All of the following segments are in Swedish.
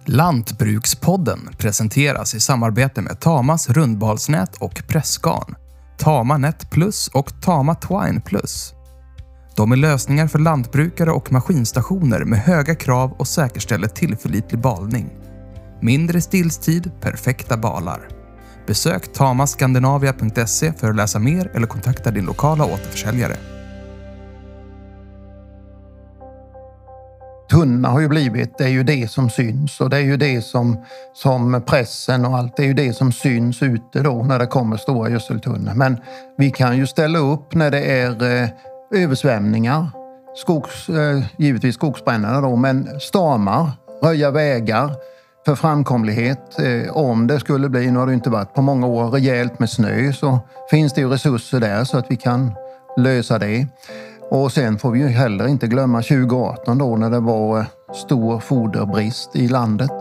Lantbrukspodden presenteras i samarbete med Tamas rundbalsnät och pressgarn, Tama Net Plus och Tama Twine Plus. De är lösningar för lantbrukare och maskinstationer med höga krav och säkerställer tillförlitlig balning. Mindre stillstid, perfekta balar. Besök tamaskandinavia.se för att läsa mer eller kontakta din lokala återförsäljare. Tunna har ju blivit, det är ju det som syns och det är ju det som pressen och allt, det är ju det som syns ute då när det kommer stora gödseltunnor. Men vi kan ju ställa upp när det är översvämningar, givetvis skogsbrännare då, men stormar, röja vägar för framkomlighet. Om det skulle bli, nu har det inte varit på många år, rejält med snö, så finns det ju resurser där så att vi kan lösa det. Och sen får vi ju heller inte glömma 2018 då när det var stor foderbrist i landet.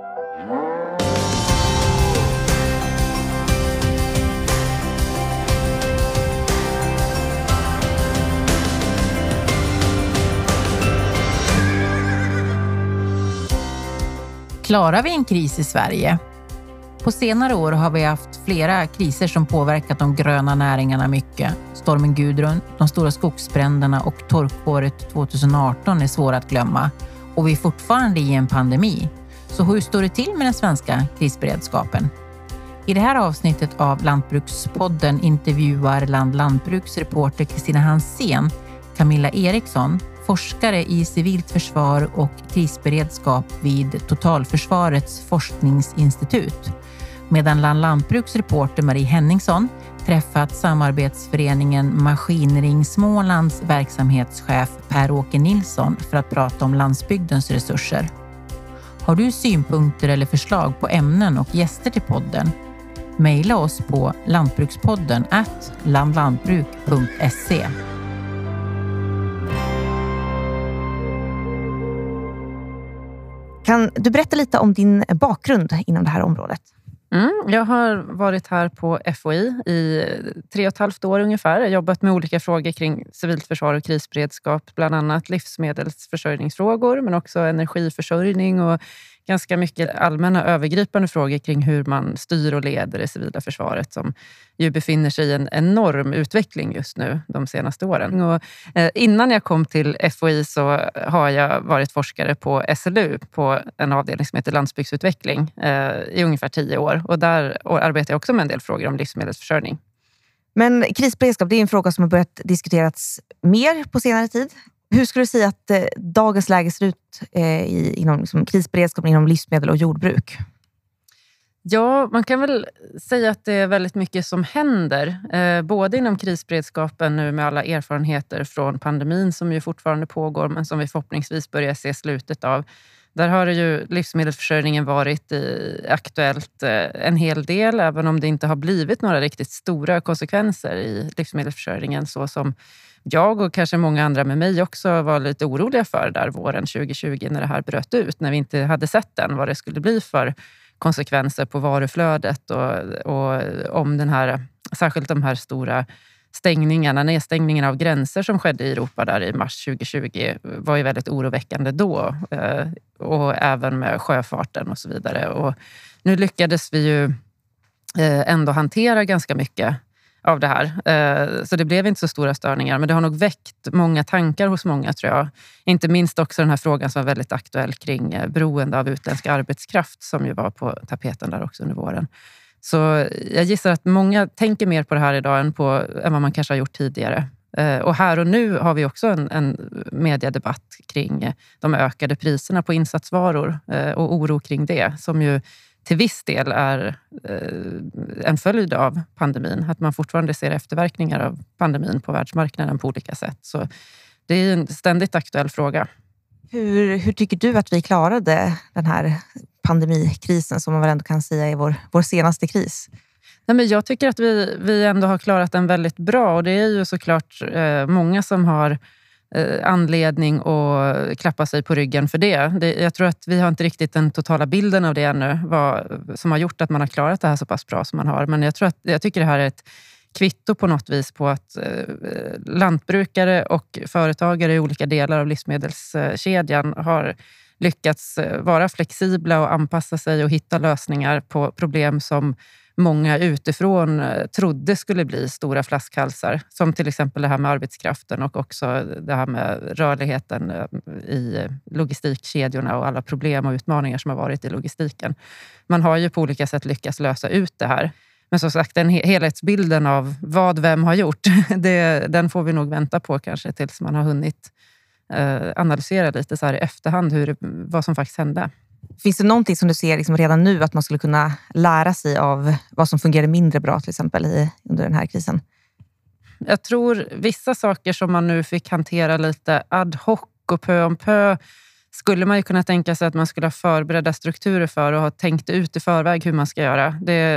Klarar vi en kris i Sverige? På senare år har vi haft flera kriser som påverkat de gröna näringarna mycket. Stormen Gudrun, de stora skogsbränderna och torkåret 2018 är svåra att glömma. Och vi är fortfarande i en pandemi. Så hur står det till med den svenska krisberedskapen? I det här avsnittet av Lantbrukspodden intervjuar Lantbruks reporter Kristina Hansén Camilla Eriksson, forskare i civilt försvar och krisberedskap vid Totalförsvarets forskningsinstitut. Medan Lantbruks reporter Marie Henningsson träffat samarbetsföreningen Maskinring Smålands verksamhetschef Per-Åke Nilsson för att prata om landsbygdens resurser. Har du synpunkter eller förslag på ämnen och gäster till podden? Maila oss på lantbrukspodden@landlantbruk.se. Kan du berätta lite om din bakgrund inom det här området? Jag har varit här på FOI i 3,5 år ungefär. Jag har jobbat med olika frågor kring civilt försvar och krisberedskap. Bland annat livsmedelsförsörjningsfrågor men också energiförsörjning och ganska mycket allmänna övergripande frågor kring hur man styr och leder det civila försvaret som ju befinner sig i en enorm utveckling just nu de senaste åren. Och innan jag kom till FOI så har jag varit forskare på SLU på en avdelning som heter landsbygdsutveckling i ungefär 10 år. Och där arbetar jag också med en del frågor om livsmedelsförsörjning. Men krisberedskap, det är en fråga som har börjat diskuterats mer på senare tid. Hur skulle du säga att dagens läge ser ut inom krisberedskap inom livsmedel och jordbruk? Ja, man kan väl säga att det är väldigt mycket som händer. Både inom krisberedskapen nu med alla erfarenheter från pandemin som ju fortfarande pågår men som vi förhoppningsvis börjar se slutet av. Där har det ju livsmedelsförsörjningen varit aktuellt en hel del, även om det inte har blivit några riktigt stora konsekvenser i livsmedelsförsörjningen så som jag och kanske många andra med mig också var lite oroliga för där våren 2020 när det här bröt ut. När vi inte hade sett än vad det skulle bli för konsekvenser på varuflödet och om den här, särskilt de här stora nedstängningarna av gränser som skedde i Europa där i mars 2020 var ju väldigt oroväckande då. Och även med sjöfarten och så vidare. Och nu lyckades vi ju ändå hantera ganska mycket av det här. Så det blev inte så stora störningar. Men det har nog väckt många tankar hos många tror jag. Inte minst också den här frågan som var väldigt aktuell kring beroende av utländsk arbetskraft som ju var på tapeten där också under våren. Så jag gissar att många tänker mer på det här idag än vad man kanske har gjort tidigare. Och här och nu har vi också en mediedebatt kring de ökade priserna på insatsvaror och oro kring det som ju till viss del är en följd av pandemin. Att man fortfarande ser efterverkningar av pandemin på världsmarknaden på olika sätt. Så det är en ständigt aktuell fråga. Hur tycker du att vi klarade den här pandemikrisen som man väl ändå kan säga är vår senaste kris? Nej, men jag tycker att vi ändå har klarat den väldigt bra och det är ju såklart många som har anledning att klappa sig på ryggen för det. Jag tror att vi har inte riktigt den totala bilden av det ännu som har gjort att man har klarat det här så pass bra som man har. Men jag tycker det här är ett kvitto på något vis på att lantbrukare och företagare i olika delar av livsmedelskedjan har lyckats vara flexibla och anpassa sig och hitta lösningar på problem som många utifrån trodde skulle bli stora flaskhalsar. Som till exempel det här med arbetskraften och också det här med rörligheten i logistikkedjorna och alla problem och utmaningar som har varit i logistiken. Man har ju på olika sätt lyckats lösa ut det här. Men som sagt, den helhetsbilden av vad vem har gjort, den får vi nog vänta på kanske tills man har hunnit analysera lite så här i efterhand vad som faktiskt hände. Finns det någonting som du ser liksom redan nu att man skulle kunna lära sig av vad som fungerar mindre bra till exempel under den här krisen? Jag tror vissa saker som man nu fick hantera lite ad hoc och pö om pö skulle man ju kunna tänka sig att man skulle ha förberedda strukturer för och ha tänkt ut i förväg hur man ska göra.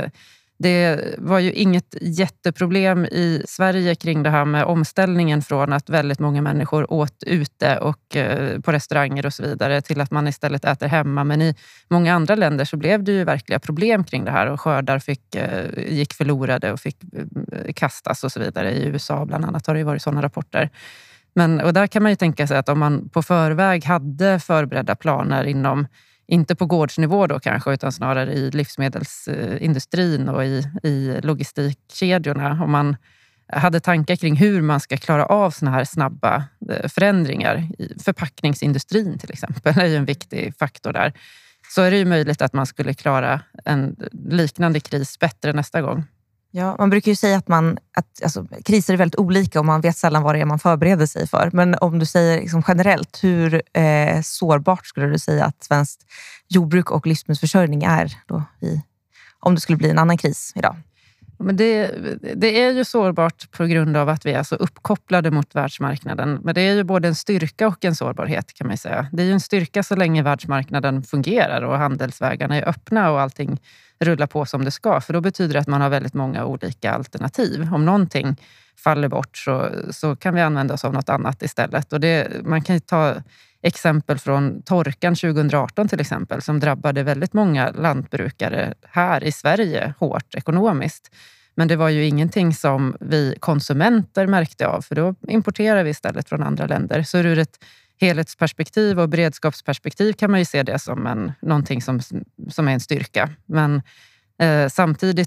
Det var ju inget jätteproblem i Sverige kring det här med omställningen från att väldigt många människor åt ute och på restauranger och så vidare till att man istället äter hemma. Men i många andra länder så blev det ju verkliga problem kring det här och skördar gick förlorade och fick kastas och så vidare. I USA bland annat har det ju varit sådana rapporter. Och där kan man ju tänka sig att om man på förväg hade förberedda planer inte på gårdsnivå då kanske, utan snarare i livsmedelsindustrin och i logistikkedjorna. Om man hade tankar kring hur man ska klara av såna här snabba förändringar. Förpackningsindustrin till exempel är ju en viktig faktor där. Så är det ju möjligt att man skulle klara en liknande kris bättre nästa gång. Ja, man brukar ju säga att kriser är väldigt olika och man vet sällan vad det är man förbereder sig för. Men om du säger liksom generellt, hur sårbart skulle du säga att svenskt jordbruk och livsmedelsförsörjning är då om det skulle bli en annan kris idag? Men det är ju sårbart på grund av att vi är så uppkopplade mot världsmarknaden. Men det är ju både en styrka och en sårbarhet kan man säga. Det är ju en styrka så länge världsmarknaden fungerar och handelsvägarna är öppna och allting rullar på som det ska. För då betyder det att man har väldigt många olika alternativ. Om någonting faller bort så kan vi använda oss av något annat istället. Och man kan ju ta exempel från torkan 2018 till exempel som drabbade väldigt många lantbrukare här i Sverige hårt ekonomiskt. Men det var ju ingenting som vi konsumenter märkte av för då importerar vi istället från andra länder. Så ur ett helhetsperspektiv och beredskapsperspektiv kan man ju se det som någonting som är en styrka. Men samtidigt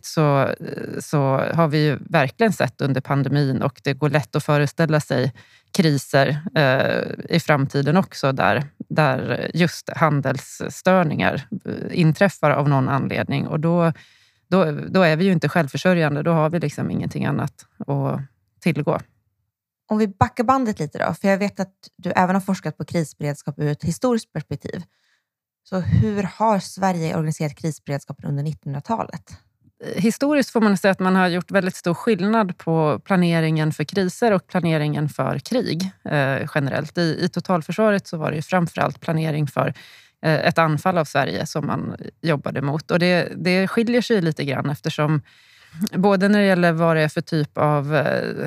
så har vi ju verkligen sett under pandemin och det går lätt att föreställa sig kriser i framtiden också där just handelsstörningar inträffar av någon anledning och då är vi ju inte självförsörjande, då har vi liksom ingenting annat att tillgå. Om vi backar bandet lite då, för jag vet att du även har forskat på krisberedskap ur ett historiskt perspektiv. Så hur har Sverige organiserat krisberedskapen under 1900-talet? Historiskt får man säga att man har gjort väldigt stor skillnad på planeringen för kriser och planeringen för krig generellt. I totalförsvaret så var det ju framförallt planering för ett anfall av Sverige som man jobbade mot. Och det skiljer sig lite grann eftersom både när det gäller vad det är för typ av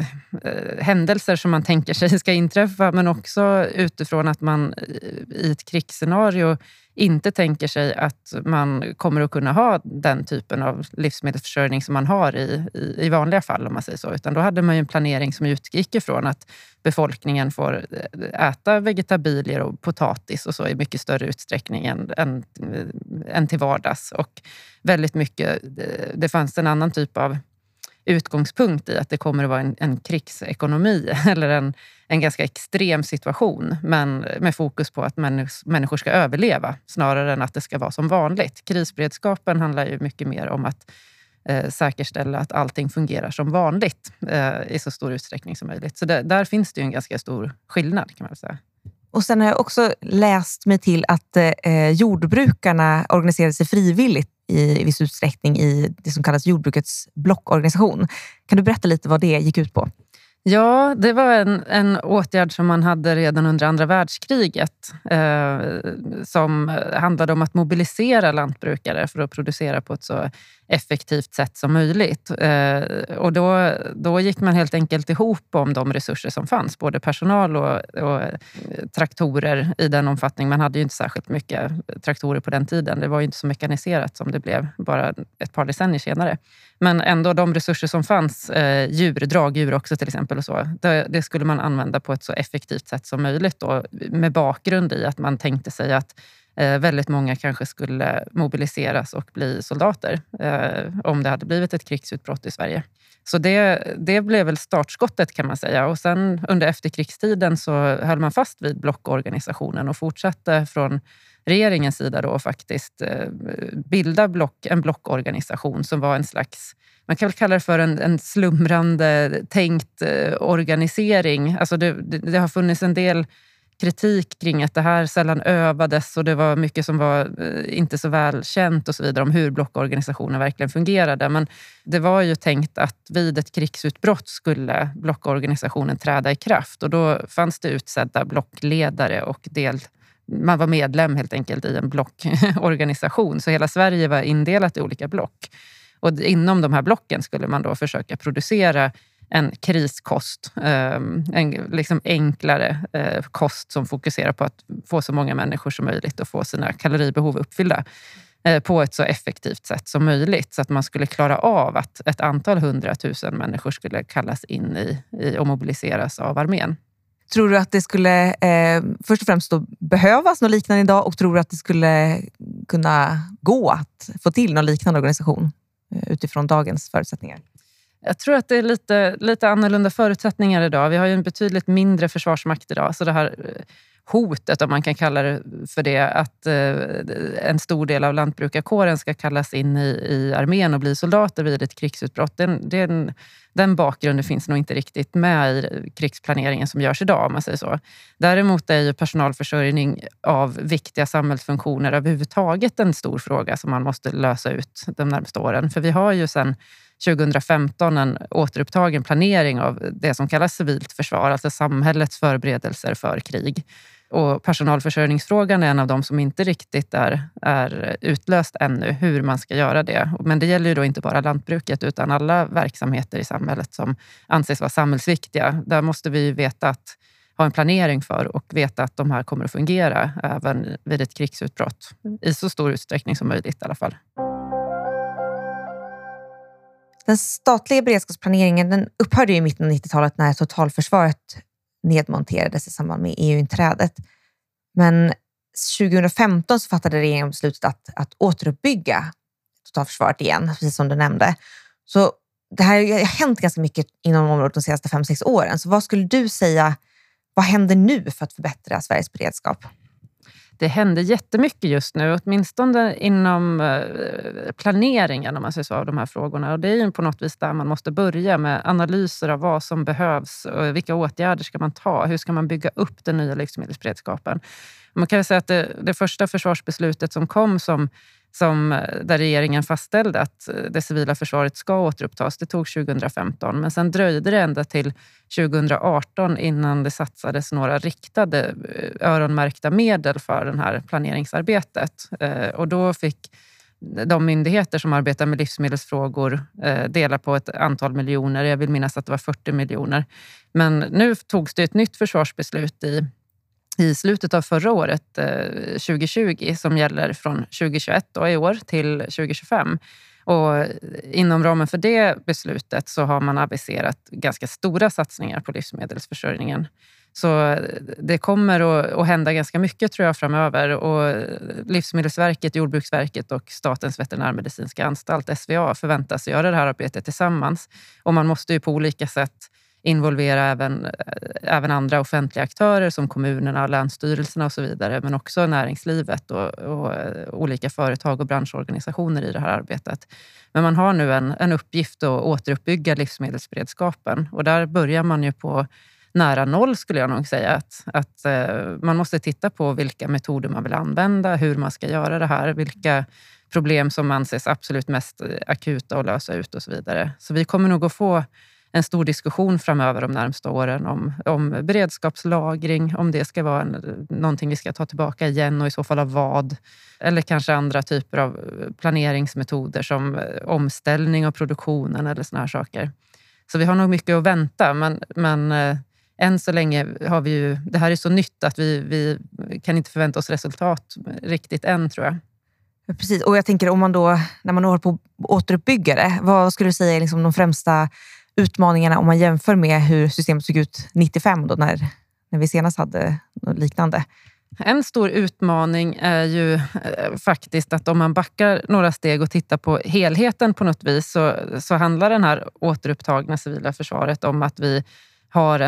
händelser som man tänker sig ska inträffa men också utifrån att man i ett krigsscenario inte tänker sig att man kommer att kunna ha den typen av livsmedelsförsörjning som man har i vanliga fall om man säger så. Utan då hade man ju en planering som utgick ifrån att befolkningen får äta vegetabilier och potatis och så i mycket större utsträckning än till vardags. Och väldigt mycket, det fanns en annan typ av utgångspunkt i att det kommer att vara en krigsekonomi eller en ganska extrem situation men med fokus på att människor ska överleva snarare än att det ska vara som vanligt. Krisberedskapen handlar ju mycket mer om att säkerställa att allting fungerar som vanligt i så stor utsträckning som möjligt. Så där finns det ju en ganska stor skillnad kan man säga. Och sen har jag också läst mig till att jordbrukarna organiserade sig frivilligt i viss utsträckning i det som kallas jordbrukets blockorganisation. Kan du berätta lite vad det gick ut på? Ja, det var en åtgärd som man hade redan under andra världskriget som handlade om att mobilisera lantbrukare för att producera på ett så effektivt sätt som möjligt. Och då gick man helt enkelt ihop om de resurser som fanns, både personal och traktorer i den omfattning. Man hade ju inte särskilt mycket traktorer på den tiden. Det var ju inte så mekaniserat som det blev bara ett par decennier senare. Men ändå de resurser som fanns, dragdjur också till exempel och så, det skulle man använda på ett så effektivt sätt som möjligt då, med bakgrund i att man tänkte sig att väldigt många kanske skulle mobiliseras och bli soldater om det hade blivit ett krigsutbrott i Sverige. Så det blev väl startskottet kan man säga. Och sen under efterkrigstiden så höll man fast vid blockorganisationen och fortsatte från regeringens sida då faktiskt bilda en blockorganisation som var en slags, man kan väl kalla det för en slumrande tänkt organisering. Alltså det har funnits en del kritik kring att det här sällan övades och det var mycket som var inte så väl känt och så vidare om hur blockorganisationen verkligen fungerade. Men det var ju tänkt att vid ett krigsutbrott skulle blockorganisationen träda i kraft och då fanns det utsedda blockledare och man var medlem helt enkelt i en blockorganisation. Så hela Sverige var indelat i olika block. Och inom de här blocken skulle man då försöka producera en kriskost, en liksom enklare kost som fokuserar på att få så många människor som möjligt och få sina kaloribehov uppfyllda på ett så effektivt sätt som möjligt. Så att man skulle klara av att ett antal 100 000 människor skulle kallas in i och mobiliseras av armén. Tror du att det skulle först och främst då behövas något liknande idag och tror du att det skulle kunna gå att få till någon liknande organisation utifrån dagens förutsättningar? Jag tror att det är lite annorlunda förutsättningar idag. Vi har ju en betydligt mindre försvarsmakt idag. Så det här hotet, om man kan kalla det för det, att en stor del av lantbrukarkåren ska kallas in i armén och bli soldater vid ett krigsutbrott. Den bakgrunden finns nog inte riktigt med i krigsplaneringen som görs idag, om man säger så. Däremot är ju personalförsörjning av viktiga samhällsfunktioner överhuvudtaget en stor fråga som man måste lösa ut de närmaste åren. För vi har ju sedan 2015 en återupptagen planering av det som kallas civilt försvar, alltså samhällets förberedelser för krig. Och personalförsörjningsfrågan är en av de som inte riktigt är utlöst ännu, hur man ska göra det. Men det gäller ju då inte bara lantbruket utan alla verksamheter i samhället som anses vara samhällsviktiga. Där måste vi veta ha en planering för och veta att de här kommer att fungera även vid ett krigsutbrott. I så stor utsträckning som möjligt i alla fall. Den statliga beredskapsplaneringen den upphörde i mitten av 90-talet när totalförsvaret nedmonterades i samband med EU-inträdet. Men 2015 så fattade regeringen beslutet att återuppbygga totalförsvaret igen, precis som du nämnde. Så det här har hänt ganska mycket inom området de senaste 5-6 åren. Så vad skulle du säga, vad händer nu för att förbättra Sveriges beredskap? Det händer jättemycket just nu, åtminstone inom planeringen om man säger så, av de här frågorna. Och det är ju på något vis där man måste börja med analyser av vad som behövs och vilka åtgärder ska man ta. Hur ska man bygga upp den nya livsmedelsberedskapen? Man kan säga att det första försvarsbeslutet som kom där regeringen fastställde att det civila försvaret ska återupptas, det tog 2015. Men sen dröjde det ända till 2018 innan det satsades några riktade öronmärkta medel för det här planeringsarbetet. Och då fick de myndigheter som arbetar med livsmedelsfrågor dela på ett antal miljoner. Jag vill minnas att det var 40 miljoner. Men nu togs det ett nytt försvarsbeslut i slutet av förra året, 2020, som gäller från 2021 då, i år till 2025. Och inom ramen för det beslutet så har man aviserat ganska stora satsningar på livsmedelsförsörjningen. Så det kommer att hända ganska mycket tror jag framöver. Och Livsmedelsverket, Jordbruksverket och Statens veterinärmedicinska anstalt, SVA, förväntas göra det här arbetet tillsammans. Och man måste ju på olika sätt involvera även andra offentliga aktörer som kommunerna, länsstyrelserna och så vidare. Men också näringslivet och olika företag och branschorganisationer i det här arbetet. Men man har nu en uppgift att återuppbygga livsmedelsberedskapen. Och där börjar man ju på nära noll skulle jag nog säga. Att man måste titta på vilka metoder man vill använda, hur man ska göra det här, vilka problem som anses absolut mest akuta att lösa ut och så vidare. Så vi kommer nog att få en stor diskussion framöver de närmaste åren om beredskapslagring, om det ska vara någonting vi ska ta tillbaka igen och i så fall av vad. Eller kanske andra typer av planeringsmetoder som omställning av produktionen eller såna här saker. Så vi har nog mycket att vänta, men än så länge har vi ju, det här är så nytt att vi kan inte förvänta oss resultat riktigt än tror jag. Precis, och jag tänker om man då, när man håller på att återuppbygga det, vad skulle du säga är liksom de främsta utmaningarna om man jämför med hur systemet såg ut 95 då när vi senast hade något liknande? En stor utmaning är ju faktiskt att om man backar några steg och tittar på helheten på något vis så handlar den här återupptagna civila försvaret om att vi har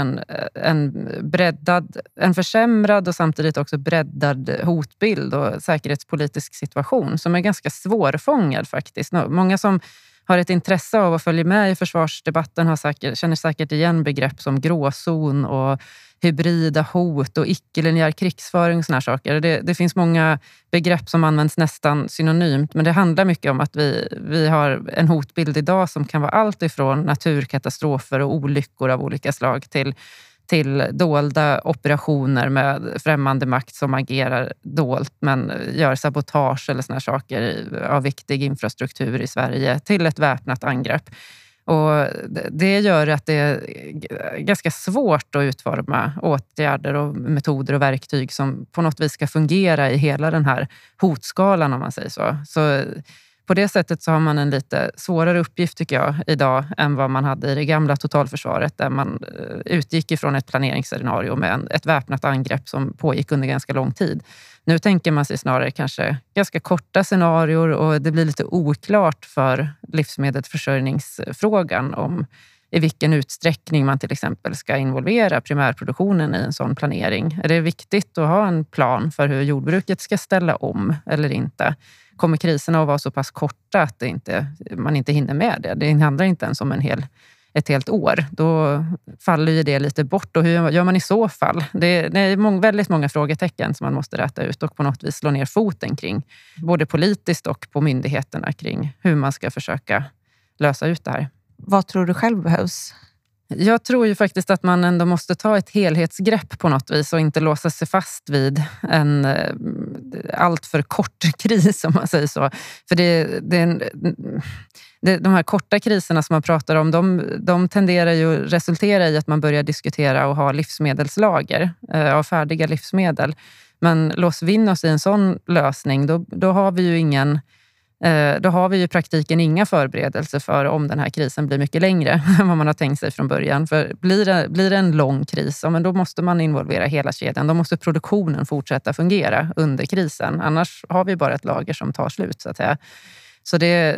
en försämrad och samtidigt också breddad hotbild och säkerhetspolitisk situation som är ganska svårfångad faktiskt. Många som har ett intresse av att följa med i försvarsdebatten känner säkert igen begrepp som gråzon och hybrida hot och icke-linjär krigsföring och såna här saker. Det finns många begrepp som används nästan synonymt, men det handlar mycket om att vi har en hotbild idag som kan vara allt ifrån naturkatastrofer och olyckor av olika slag till dolda operationer med främmande makt som agerar dolt men gör sabotage eller såna här saker av viktig infrastruktur i Sverige till ett väpnat angrepp. Och det gör att det är ganska svårt att utforma åtgärder och metoder och verktyg som på något vis ska fungera i hela den här hotskalan, om man säger så. Så på det sättet så har man en lite svårare uppgift tycker jag idag än vad man hade i det gamla totalförsvaret där man utgick ifrån ett planeringsscenario med ett väpnat angrepp som pågick under ganska lång tid. Nu tänker man sig snarare kanske ganska korta scenarior och det blir lite oklart för livsmedelsförsörjningsfrågan om i vilken utsträckning man till exempel ska involvera primärproduktionen i en sån planering. Är det viktigt att ha en plan för hur jordbruket ska ställa om eller inte? Kommer kriserna att vara så pass korta att man inte hinner med det? Det handlar inte ens om ett helt år. Då faller ju det lite bort. Och hur gör man i så fall? Det är väldigt många frågetecken som man måste räta ut och på något vis slå ner foten kring. Både politiskt och på myndigheterna kring hur man ska försöka lösa ut det här. Vad tror du själv behövs? Jag tror ju faktiskt att man ändå måste ta ett helhetsgrepp på något vis och inte låsa sig fast vid en allt för kort kris, om man säger så. För de här korta kriserna som man pratar om, de tenderar ju att resultera i att man börjar diskutera och ha livsmedelslager av färdiga livsmedel. Men låser vi in oss i en sån lösning, då har vi ju då har vi ju i praktiken inga förberedelser för om den här krisen blir mycket längre än vad man har tänkt sig från början. För blir det en lång kris, men då måste man involvera hela kedjan. Då måste produktionen fortsätta fungera under krisen. Annars har vi bara ett lager som tar slut, så att säga. Så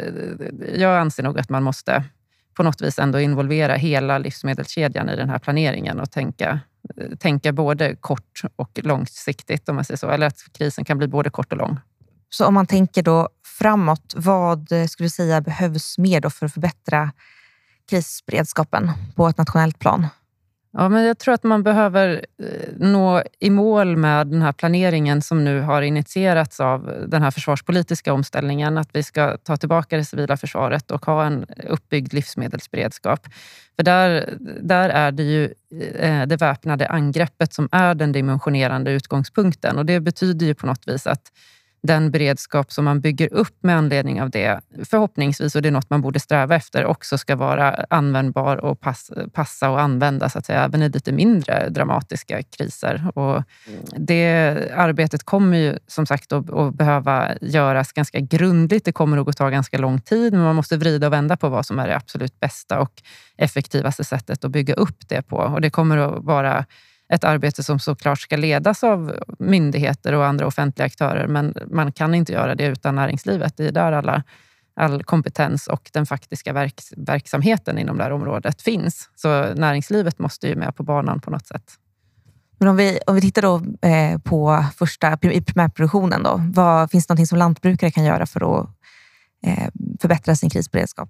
jag anser nog att man måste på något vis ändå involvera hela livsmedelskedjan i den här planeringen och tänka både kort och långsiktigt, om man säger så. Eller att krisen kan bli både kort och lång. Så om man tänker då framåt, vad skulle du säga behövs mer då för att förbättra krisberedskapen på ett nationellt plan? Ja, men jag tror att man behöver nå i mål med den här planeringen som nu har initierats av den här försvarspolitiska omställningen. Att vi ska ta tillbaka det civila försvaret och ha en uppbyggd livsmedelsberedskap. För där är det ju det väpnade angreppet som är den dimensionerande utgångspunkten. Och det betyder ju på något vis att den beredskap som man bygger upp med anledning av det, förhoppningsvis, och det är något man borde sträva efter, också ska vara användbar och passa och använda så att säga, även i lite mindre dramatiska kriser. Och det arbetet kommer ju som sagt att behöva göras ganska grundligt. Det kommer att ta ganska lång tid, men man måste vrida och vända på vad som är det absolut bästa och effektivaste sättet att bygga upp det på. Och det kommer att vara ett arbete som såklart ska ledas av myndigheter och andra offentliga aktörer, men man kan inte göra det utan näringslivet. Det är där all kompetens och den faktiska verksamheten inom det här området finns. Så näringslivet måste ju med på banan på något sätt. Men om vi tittar då på i primärproduktionen då, finns det någonting som lantbrukare kan göra för att förbättra sin krisberedskap?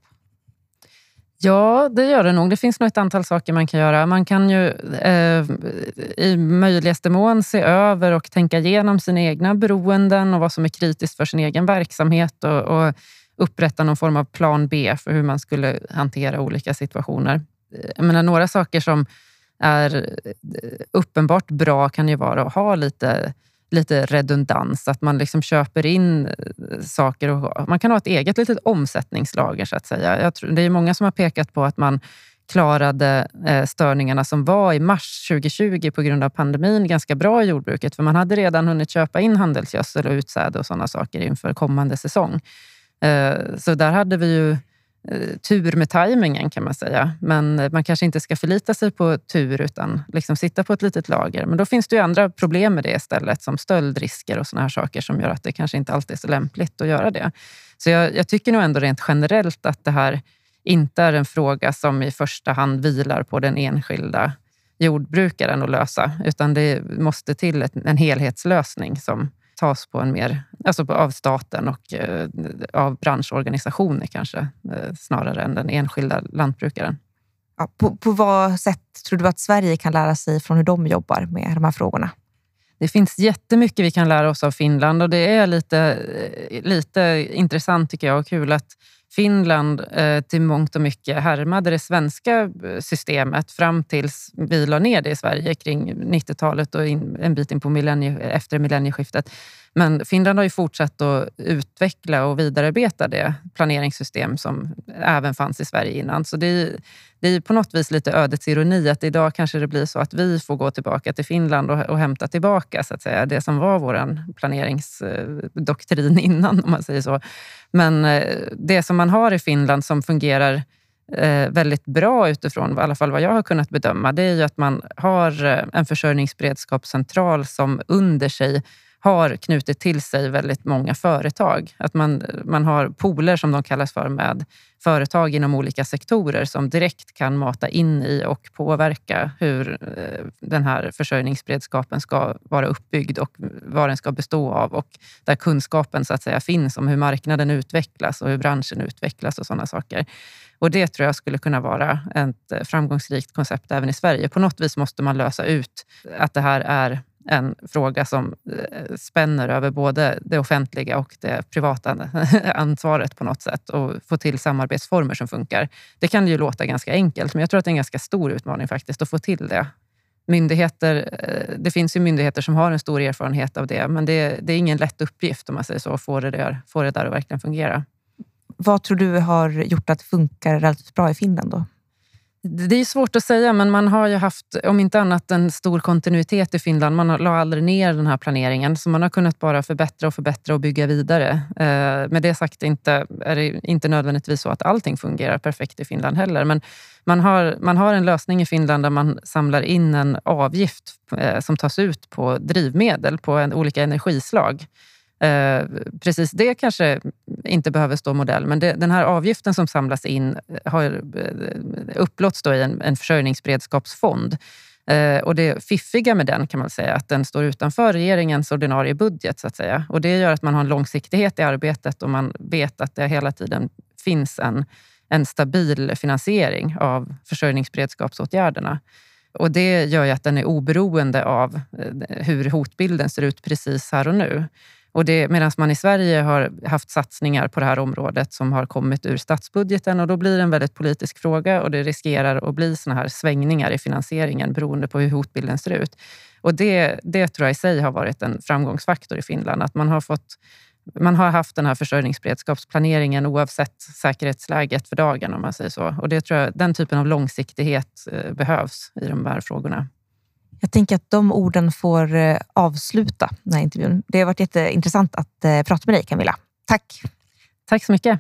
Ja, det gör det nog. Det finns nog ett antal saker man kan göra. Man kan ju i möjligaste mån se över och tänka igenom sina egna beroenden och vad som är kritiskt för sin egen verksamhet och upprätta någon form av plan B för hur man skulle hantera olika situationer. Jag menar, några saker som är uppenbart bra kan ju vara att ha lite redundans, att man liksom köper in saker och man kan ha ett eget litet omsättningslager så att säga. Jag tror, det är många som har pekat på att man klarade störningarna som var i mars 2020 på grund av pandemin ganska bra i jordbruket, för man hade redan hunnit köpa in handelsgödsel och utsäde och sådana saker inför kommande säsong. Så där hade vi ju tur med tajmingen kan man säga. Men man kanske inte ska förlita sig på tur utan liksom sitta på ett litet lager. Men då finns det ju andra problem med det istället som stöldrisker och såna här saker som gör att det kanske inte alltid är så lämpligt att göra det. Så jag tycker nog ändå rent generellt att det här inte är en fråga som i första hand vilar på den enskilda jordbrukaren att lösa. Utan det måste till en helhetslösning som tas på en mer, alltså av staten och av branschorganisationer kanske, snarare än den enskilda lantbrukaren. Ja, på vad sätt tror du att Sverige kan lära sig från hur de jobbar med de här frågorna? Det finns jättemycket vi kan lära oss av Finland och det är lite intressant tycker jag och kul att Finland till mångt och mycket härmade det svenska systemet fram tills vi la ner det i Sverige kring 90-talet och en bit in på efter millennieskiftet. Men Finland har ju fortsatt att utveckla och vidarbeta det planeringssystem som även fanns i Sverige innan. Så det är på något vis lite ödets ironi att idag kanske det blir så att vi får gå tillbaka till Finland och hämta tillbaka så att säga, det som var vår planeringsdoktrin innan om man säger så. Men det som man har i Finland som fungerar väldigt bra utifrån i alla fall vad jag har kunnat bedöma det är ju att man har en försörjningsberedskapscentral som under sig har knutit till sig väldigt många företag. Att man har pooler som de kallas för med företag inom olika sektorer som direkt kan mata in i och påverka hur den här försörjningsberedskapen ska vara uppbyggd och vad den ska bestå av och där kunskapen så att säga finns om hur marknaden utvecklas och hur branschen utvecklas och sådana saker. Och det tror jag skulle kunna vara ett framgångsrikt koncept även i Sverige. På något vis måste man lösa ut att det här är en fråga som spänner över både det offentliga och det privata ansvaret på något sätt och få till samarbetsformer som funkar. Det kan ju låta ganska enkelt men jag tror att det är en ganska stor utmaning faktiskt att få till det. Det finns ju myndigheter som har en stor erfarenhet av det men det är ingen lätt uppgift om man säger så att få det där att verkligen fungera. Vad tror du har gjort att det funkar relativt bra i Finland då? Det är svårt att säga men man har ju haft om inte annat en stor kontinuitet i Finland. Man la aldrig ner den här planeringen så man har kunnat bara förbättra och bygga vidare. Med det sagt är det inte nödvändigtvis så att allting fungerar perfekt i Finland heller. Men man har en lösning i Finland där man samlar in en avgift som tas ut på drivmedel på olika energislag. Precis det kanske inte behöver stå modell men den här avgiften som samlas in har upplåts då i en försörjningsberedskapsfond och det fiffiga med den kan man säga att den står utanför regeringens ordinarie budget så att säga och det gör att man har en långsiktighet i arbetet och man vet att det hela tiden finns en stabil finansiering av försörjningsberedskapsåtgärderna. Och det gör ju att den är oberoende av hur hotbilden ser ut precis här och nu. Och medan man i Sverige har haft satsningar på det här området som har kommit ur statsbudgeten och då blir det en väldigt politisk fråga och det riskerar att bli såna här svängningar i finansieringen beroende på hur hotbilden ser ut. Och det tror jag i sig har varit en framgångsfaktor i Finland. Att man har haft den här försörjningsberedskapsplaneringen oavsett säkerhetsläget för dagen om man säger så. Och det tror jag, den typen av långsiktighet behövs i de här frågorna. Jag tänker att de orden får avsluta den här intervjun. Det har varit jätteintressant att prata med dig Camilla. Tack! Tack så mycket!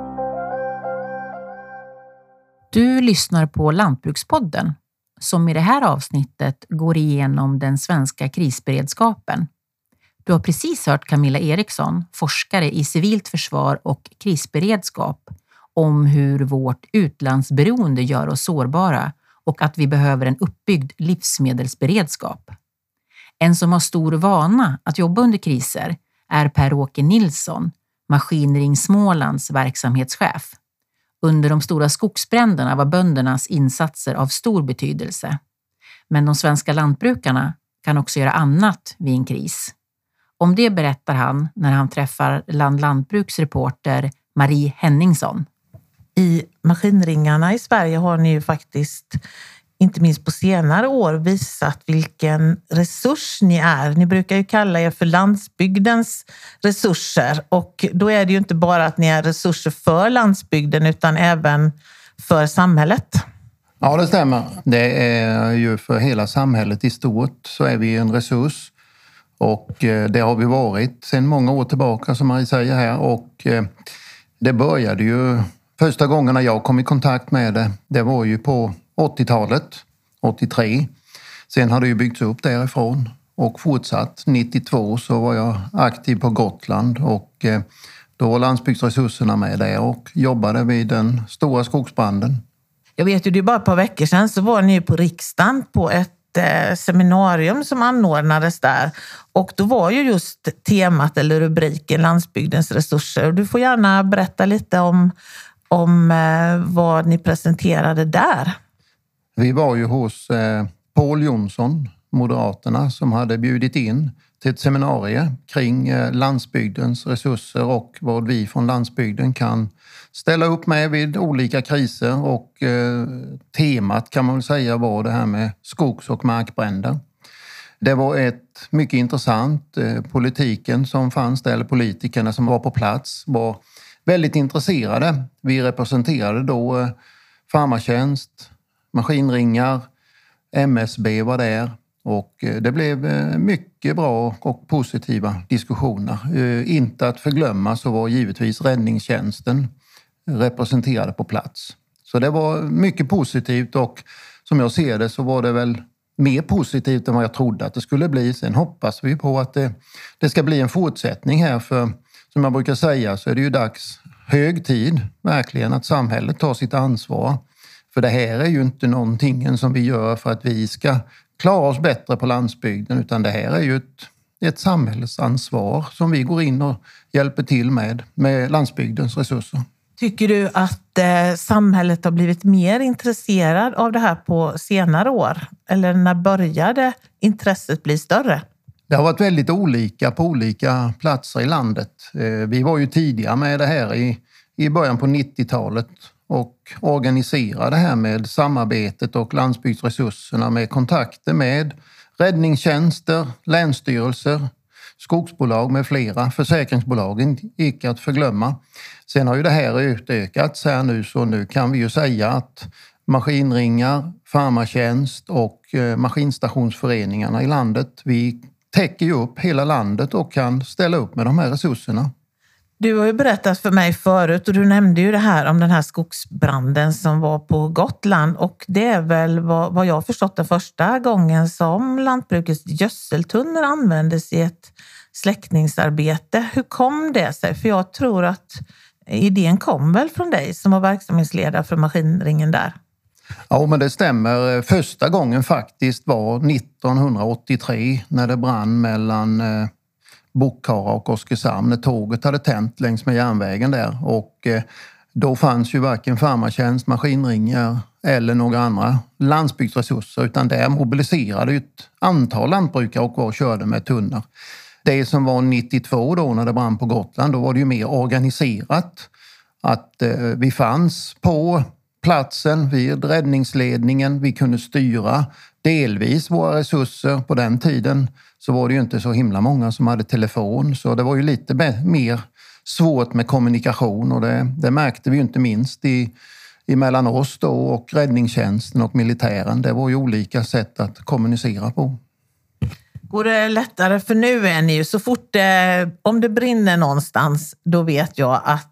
Du lyssnar på Lantbrukspodden som i det här avsnittet går igenom den svenska krisberedskapen. Du har precis hört Camilla Eriksson, forskare i civilt försvar och krisberedskap, om hur vårt utlandsberoende gör oss sårbara och att vi behöver en uppbyggd livsmedelsberedskap. En som har stor vana att jobba under kriser är Per-Åke Nilsson, Maskinring Smålands verksamhetschef. Under de stora skogsbränderna var böndernas insatser av stor betydelse. Men de svenska lantbrukarna kan också göra annat vid en kris. Om det berättar han när han träffar lantbruksreporter Marie Henningsson. I maskinringarna i Sverige har ni ju faktiskt, inte minst på senare år, visat vilken resurs ni är. Ni brukar ju kalla er för landsbygdens resurser och då är det ju inte bara att ni är resurser för landsbygden utan även för samhället. Ja, det stämmer. Det är ju för hela samhället i stort så är vi en resurs. Och det har vi varit sedan många år tillbaka som Marie säger här och det började ju Första gångerna jag kom i kontakt med det var ju på 80-talet, 83. Sen har det ju byggts upp därifrån och fortsatt. 92 så var jag aktiv på Gotland och då var landsbygdsresurserna med där och jobbade vid den stora skogsbranden. Jag vet ju, det är bara ett par veckor sedan så var ni på riksdagen på ett seminarium som anordnades där. Och då var ju just temat eller rubriken landsbygdens resurser. Du får gärna berätta lite om vad ni presenterade där. Vi var ju hos Paul Jonsson, Moderaterna, som hade bjudit in till ett seminarium kring landsbygdens resurser och vad vi från landsbygden kan ställa upp med vid olika kriser. Och temat kan man väl säga var det här med skogs- och markbränder. Det var ett mycket intressant. Politiken som fanns där, eller politikerna som var på plats, var väldigt intresserade. Vi representerade då Farmartjänst, Maskinringar, MSB var där. Och det blev mycket bra och positiva diskussioner. Inte att förglömma så var givetvis räddningstjänsten representerade på plats. Så det var mycket positivt och som jag ser det så var det väl mer positivt än vad jag trodde att det skulle bli. Sen hoppas vi på att det ska bli en fortsättning här, för som jag brukar säga så är det ju hög tid verkligen att samhället tar sitt ansvar. För det här är ju inte någonting som vi gör för att vi ska klara oss bättre på landsbygden, utan det här är ju ett samhällsansvar som vi går in och hjälper till med landsbygdens resurser. Tycker du att samhället har blivit mer intresserad av det här på senare år? Eller när började intresset bli större? Det har varit väldigt olika på olika platser i landet. Vi var ju tidiga med det här i början på 90-talet och organiserade det här med samarbetet och landsbygdsresurserna med kontakter med räddningstjänster, länsstyrelser, skogsbolag med flera. Försäkringsbolagen gick att förglömma. Sen har ju det här utökats här nu, så nu kan vi ju säga att Maskinringar, Farmartjänst och maskinstationsföreningarna i landet, vi täcker ju upp hela landet och kan ställa upp med de här resurserna. Du har ju berättat för mig förut och du nämnde ju det här om den här skogsbranden som var på Gotland, och det är väl vad jag har förstått den första gången som lantbrukets gödseltunnor användes i ett släckningsarbete. Hur kom det sig? För jag tror att idén kom väl från dig som var verksamhetsledare för Maskinringen där. Ja, men det stämmer. Första gången faktiskt var 1983 när det brann mellan Bockara och Oskarshamn när tåget hade tänt längs med järnvägen där. Och då fanns ju varken Farmartjänst, Maskinringar eller några andra landsbygdsresurser, utan där mobiliserade ett antal lantbrukare och körde med tunnor. Det som var 92 då när det brann på Gotland, då var det ju mer organiserat. Att vi fanns på platsen vid räddningsledningen, vi kunde styra delvis våra resurser. På den tiden så var det ju inte så himla många som hade telefon, så det var ju lite mer svårt med kommunikation, och det märkte vi ju inte minst mellan oss då och räddningstjänsten och militären. Det var ju olika sätt att kommunicera på. Går det lättare, för nu är ni ju så fort om det brinner någonstans, då vet jag att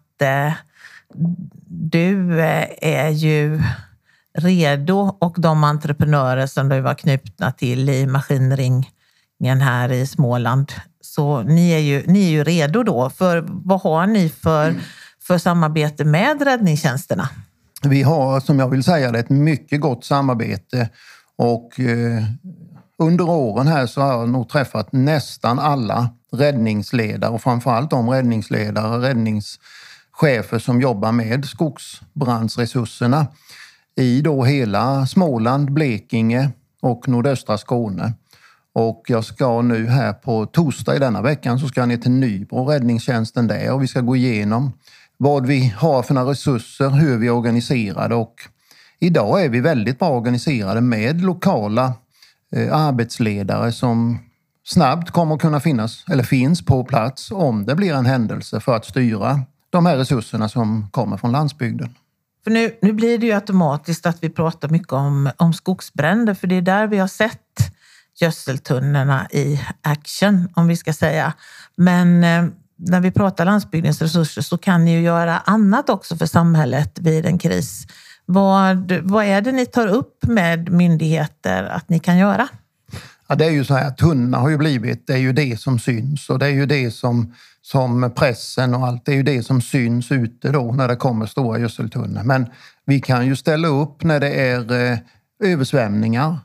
du är ju redo, och de entreprenörer som du var knutna till i Maskinringen här i Småland, så ni är ju redo då. För vad har ni för samarbete med räddningstjänsterna? Vi har, som jag vill säga, ett mycket gott samarbete, och under åren här så har jag nog träffat nästan alla räddningsledare, och framförallt de räddningschefer som jobbar med skogsbrandsresurserna i då hela Småland, Blekinge och nordöstra Skåne. Och jag ska nu här på torsdag i denna veckan så ska jag ner till Nybro, räddningstjänsten där, och vi ska gå igenom vad vi har för några resurser, hur vi är organiserade, och idag är vi väldigt bra organiserade med lokala arbetsledare som snabbt kommer att kunna finns på plats om det blir en händelse, för att styra de här resurserna som kommer från landsbygden. För nu blir det ju automatiskt att vi pratar mycket om skogsbränder, för det är där vi har sett gödseltunnorna i action, om vi ska säga. Men när vi pratar landsbygdens resurser så kan ni ju göra annat också för samhället vid en kris. Vad är det ni tar upp med myndigheter att ni kan göra? Ja, det är ju så här, tunnorna har ju blivit, det är ju det som syns och det är ju det som pressen och allt, det är ju det som syns ute då när det kommer stora gödseltunnor. Men vi kan ju ställa upp när det är översvämningar,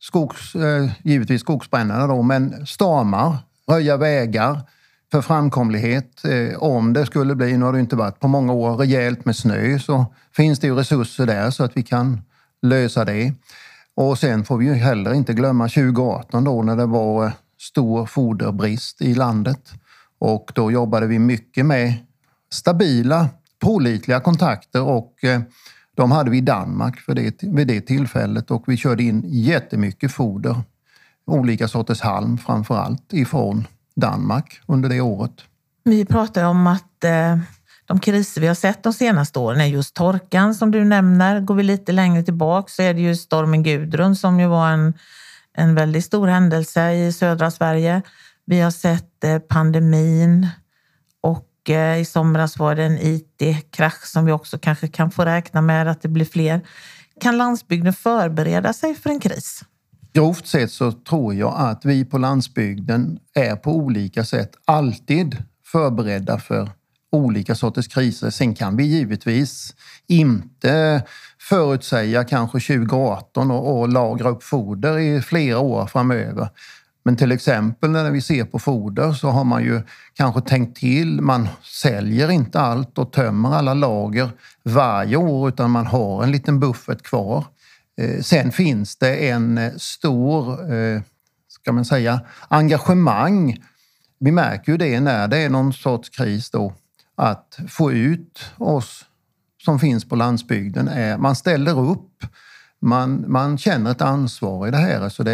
givetvis skogsbrännare då, men stormar, röja vägar för framkomlighet. Om det skulle bli, nu har det inte varit på många år, rejält med snö, så finns det ju resurser där så att vi kan lösa det. Och sen får vi ju heller inte glömma 2018 då när det var stor foderbrist i landet. Och då jobbade vi mycket med stabila, pålitliga kontakter och de hade vi i Danmark vid det tillfället och vi körde in jättemycket foder. Olika sorters halm framförallt ifrån Danmark under det året. Vi pratar om att de kriser vi har sett de senaste åren är just torkan som du nämner. Går vi lite längre tillbaka så är det ju stormen Gudrun som ju var en väldigt stor händelse i södra Sverige. Vi har sett pandemin och i somras var det en IT-krasch som vi också kanske kan få räkna med att det blir fler. Kan landsbygden förbereda sig för en kris? Grovt sett så tror jag att vi på landsbygden är på olika sätt alltid förberedda för olika sorters kriser. Sen kan vi givetvis inte förutsäga kanske 2018 och lagra upp foder i flera år framöver. Men till exempel när vi ser på foder så har man ju kanske tänkt till, man säljer inte allt och tömmer alla lager varje år utan man har en liten buffert kvar. Sen finns det en stor, ska man säga, engagemang. Vi märker ju det när det är någon sorts kris då, att få ut oss som finns på landsbygden. Man ställer upp, man känner ett ansvar i det här. Så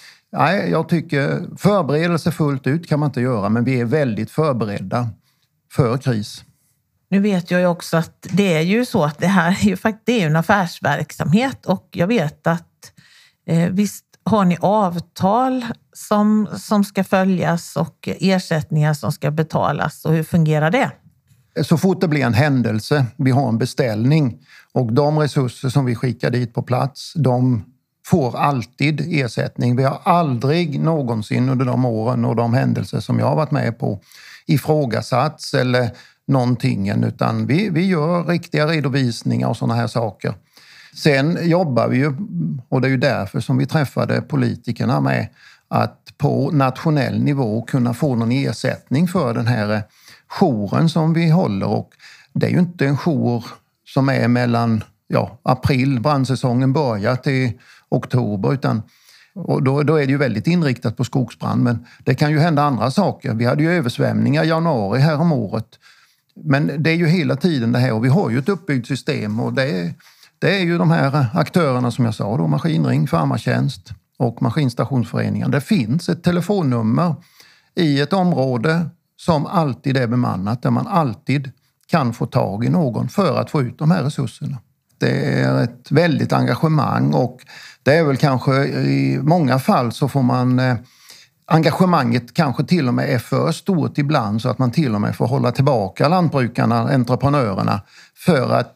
jag tycker förberedelse fullt ut kan man inte göra, men vi är väldigt förberedda för kris. Nu vet jag ju också att det är ju så att det här är ju faktiskt en affärsverksamhet och jag vet att visst har ni avtal som ska följas och ersättningar som ska betalas och hur fungerar det? Så fort det blir en händelse, vi har en beställning och de resurser som vi skickar dit på plats, de får alltid ersättning. Vi har aldrig någonsin under de åren och de händelser som jag har varit med på ifrågasatts eller någonting, utan vi gör riktiga redovisningar och sådana här saker. Sen jobbar vi ju, och det är ju därför som vi träffade politikerna med att på nationell nivå kunna få någon ersättning för den här jouren som vi håller. Och det är ju inte en jour som är mellan april, brandsäsongen börjar till oktober, utan och då är det ju väldigt inriktat på skogsbrand, men det kan ju hända andra saker. Vi hade ju översvämningar i januari här om året. Men det är ju hela tiden det här och vi har ju ett uppbyggt system och det är ju de här aktörerna som jag sa då, Maskinring, Farmartjänst och Maskinstationsföreningen. Det finns ett telefonnummer i ett område som alltid är bemannat, där man alltid kan få tag i någon för att få ut de här resurserna. Det är ett väldigt engagemang och det är väl kanske i många fall så får man engagemanget kanske till och med är för stort ibland så att man till och med får hålla tillbaka lantbrukarna, entreprenörerna, för att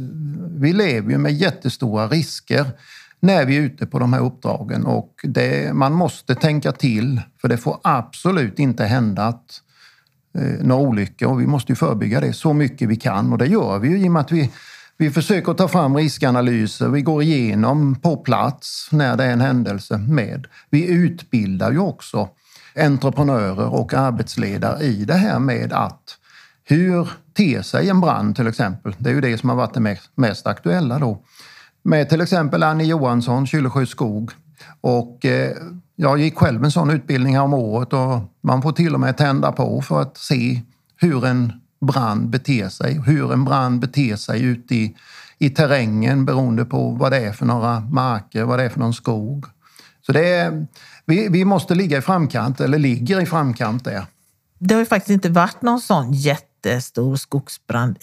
vi lever ju med jättestora risker när vi är ute på de här uppdragen och man måste tänka till för det får absolut inte hända att några olyckor och vi måste ju förebygga det så mycket vi kan och det gör vi ju i och med att vi försöker ta fram riskanalyser, vi går igenom på plats när det är en händelse med. Vi utbildar ju också entreprenörer och arbetsledare i det här med att hur ter sig en brand till exempel. Det är ju det som har varit det mest aktuella då. Med till exempel Annie Johansson, Kyllesjö skog. Och jag gick själv en sån utbildning här om året och man får till och med tända på för att se hur en brand beter sig. Hur en brand beter sig ute i terrängen beroende på vad det är för några marker, vad det är för någon skog. Så vi måste ligga i framkant, eller ligger i framkant där. Det har ju faktiskt inte varit någon sån jättestor skogsbrand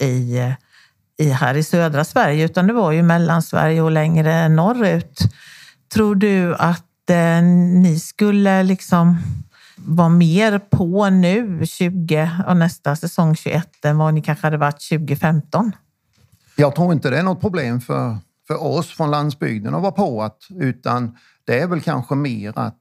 här i södra Sverige utan det var ju Mellansverige och längre norrut. Tror du att ni skulle liksom vara mer på nu 20 och nästa säsong 21 än vad ni kanske hade varit 2015? Jag tror inte det är något problem för oss från landsbygden att vara på utan det är väl kanske mer att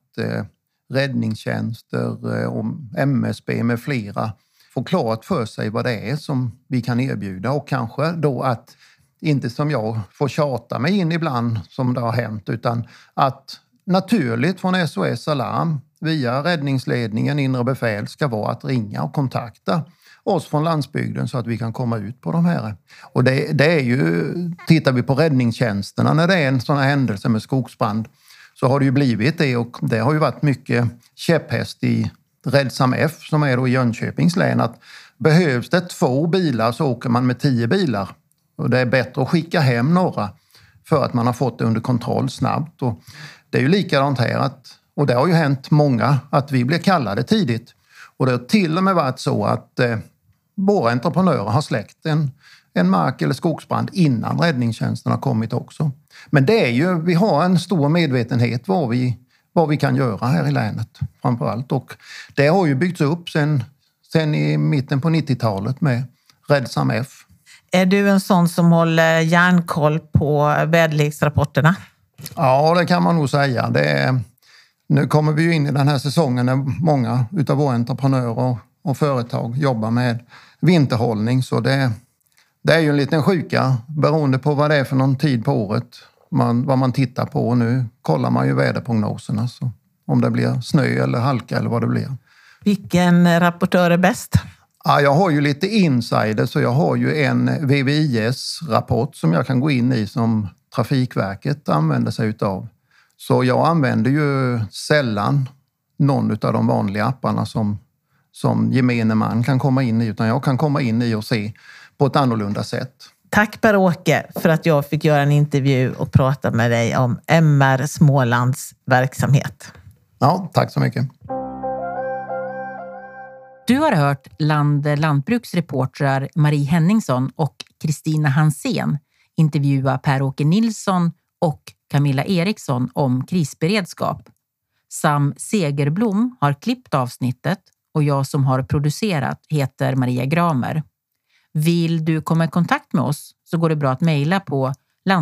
räddningstjänster och MSB med flera får klart för sig vad det är som vi kan erbjuda och kanske då att inte som jag får tjata mig in ibland som det har hänt utan att naturligt från SOS Alarm via räddningsledningen, inre befäl ska vara att ringa och kontakta oss från landsbygden så att vi kan komma ut på de här. Och det är ju, tittar vi på räddningstjänsterna när det är en sån här händelse med skogsbrand så har det ju blivit det och det har ju varit mycket käpphäst i Räddsam F som är då i Jönköpings län att behövs det 2 bilar så åker man med 10 bilar och det är bättre att skicka hem några för att man har fått det under kontroll snabbt och det är ju likadant här och det har ju hänt många att vi blir kallade tidigt och det har till och med varit så att våra entreprenörer har släckt en mark- eller skogsbrand innan räddningstjänsten har kommit också. Men det är ju, vi har en stor medvetenhet vad vi kan göra här i länet framförallt. Och det har ju byggts upp sen i mitten på 90-talet med Räddsam F. Är du en sån som håller järnkoll på väderleksrapporterna? Ja, det kan man nog säga. Nu kommer vi ju in i den här säsongen när många utav våra entreprenörer och företag jobbar med vinterhållning. Så det är ju en liten sjuka beroende på vad det är för någon tid på året. Vad man tittar på och nu kollar man ju väderprognoserna. Så om det blir snö eller halka eller vad det blir. Vilken rapportör är bäst? Ja, jag har ju lite insider så jag har ju en VVIS-rapport som jag kan gå in i som Trafikverket använder sig utav. Så jag använder ju sällan någon av de vanliga apparna som gemene man kan komma in i utan jag kan komma in i och se på ett annorlunda sätt. Tack Per-Åke för att jag fick göra en intervju och prata med dig om MR Smålands verksamhet. Ja, tack så mycket. Du har hört Lantbruks reportrar Marie Henningsson och Kristina Hansén intervjua Per-Åke Nilsson och Camilla Eriksson om krisberedskap. Sam Segerblom har klippt avsnittet och jag som har producerat heter Maria Gramer. Vill du komma i kontakt med oss så går det bra att mejla på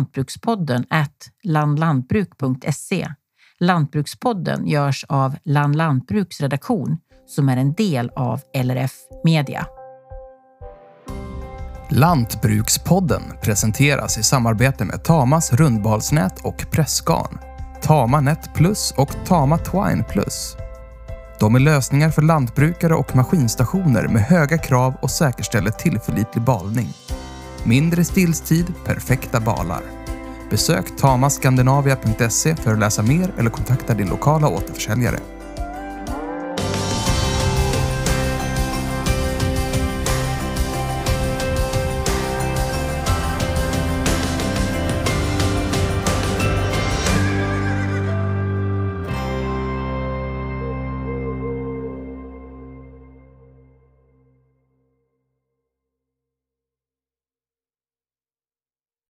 lantbrukspodden@landlantbruk.se. Lantbrukspodden görs av Lantbruks redaktion som är en del av LRF Media. Lantbrukspodden presenteras i samarbete med Tamas rundbalsnät och pressgarn, Tama Net Plus och Tama Twine Plus. De är lösningar för lantbrukare och maskinstationer med höga krav och säkerställer tillförlitlig balning. Mindre stillstid, perfekta balar. Besök tamaskandinavia.se för att läsa mer eller kontakta din lokala återförsäljare.